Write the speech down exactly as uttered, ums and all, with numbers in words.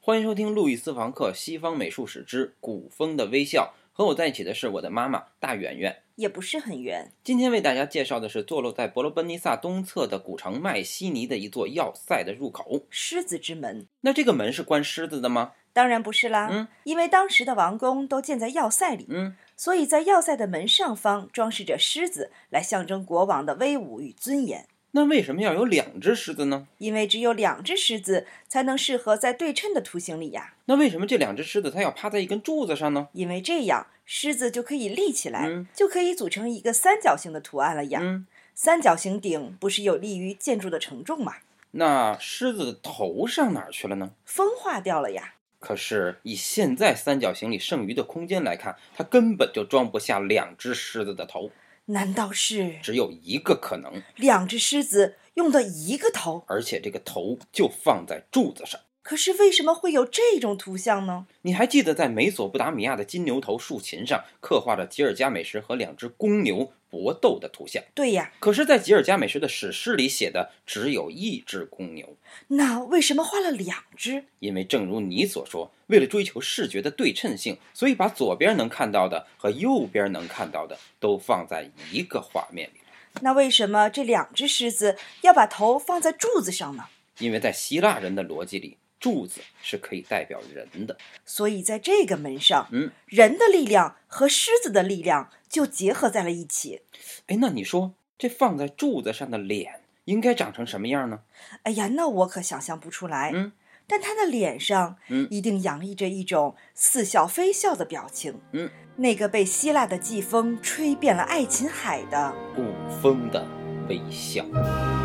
欢迎收听路易斯房克西方美术史之古风的微笑。和我在一起的是我的妈妈大圆圆， 也不是很圆。 今天为大家介绍的是坐落在伯罗奔尼撒东侧的古城麦西尼的一座要塞的入口—— 狮子之门。 那这个门是关狮子的吗？ 当然不是啦， 嗯， 因为当时的王宫都建在要塞里， 嗯， 所以在要塞的门上方装饰着狮子，来象征国王的威武与尊严。 那为什么要有两只狮子呢？ 因为只有两只狮子才能适合在对称的图形里呀。 那为什么这两只狮子它要趴在一根柱子上呢？ 因为这样狮子就可以立起来， 嗯， 就可以组成一个三角形的图案了呀。 嗯， 三角形顶不是有利于建筑的承重吗？ 那狮子的头上哪儿去了呢？ 风化掉了呀。 可是以现在三角形里剩余的空间来看，它根本就装不下两只狮子的头。 难道是只有一个可能， 两只狮子用的一个头， 而且这个头就放在柱子上。 可是为什么会有这种图像呢？ 你还记得在美索不达米亚的金牛头竖琴上刻画着吉尔加美什和两只公牛搏斗的图像？ 对呀， 可是在吉尔加美什的史诗里写的只有一只公牛。 那为什么画了两只？ 因为正如你所说，为了追求视觉的对称性，所以把左边能看到的和右边能看到的都放在一个画面里。 那为什么这两只狮子要把头放在柱子上呢？ 因为在希腊人的逻辑里，柱子是可以代表人的， 所以在这个门上， 嗯， 人的力量和狮子的力量就结合在了一起。 哎，那你说这放在柱子上的脸应该长成什么样呢？ 哎呀，那我可想象不出来。 嗯， 但他的脸上， 嗯， 一定洋溢着一种似笑非笑的表情。 嗯， 那个被希腊的季风吹遍了爱琴海的古风的微笑。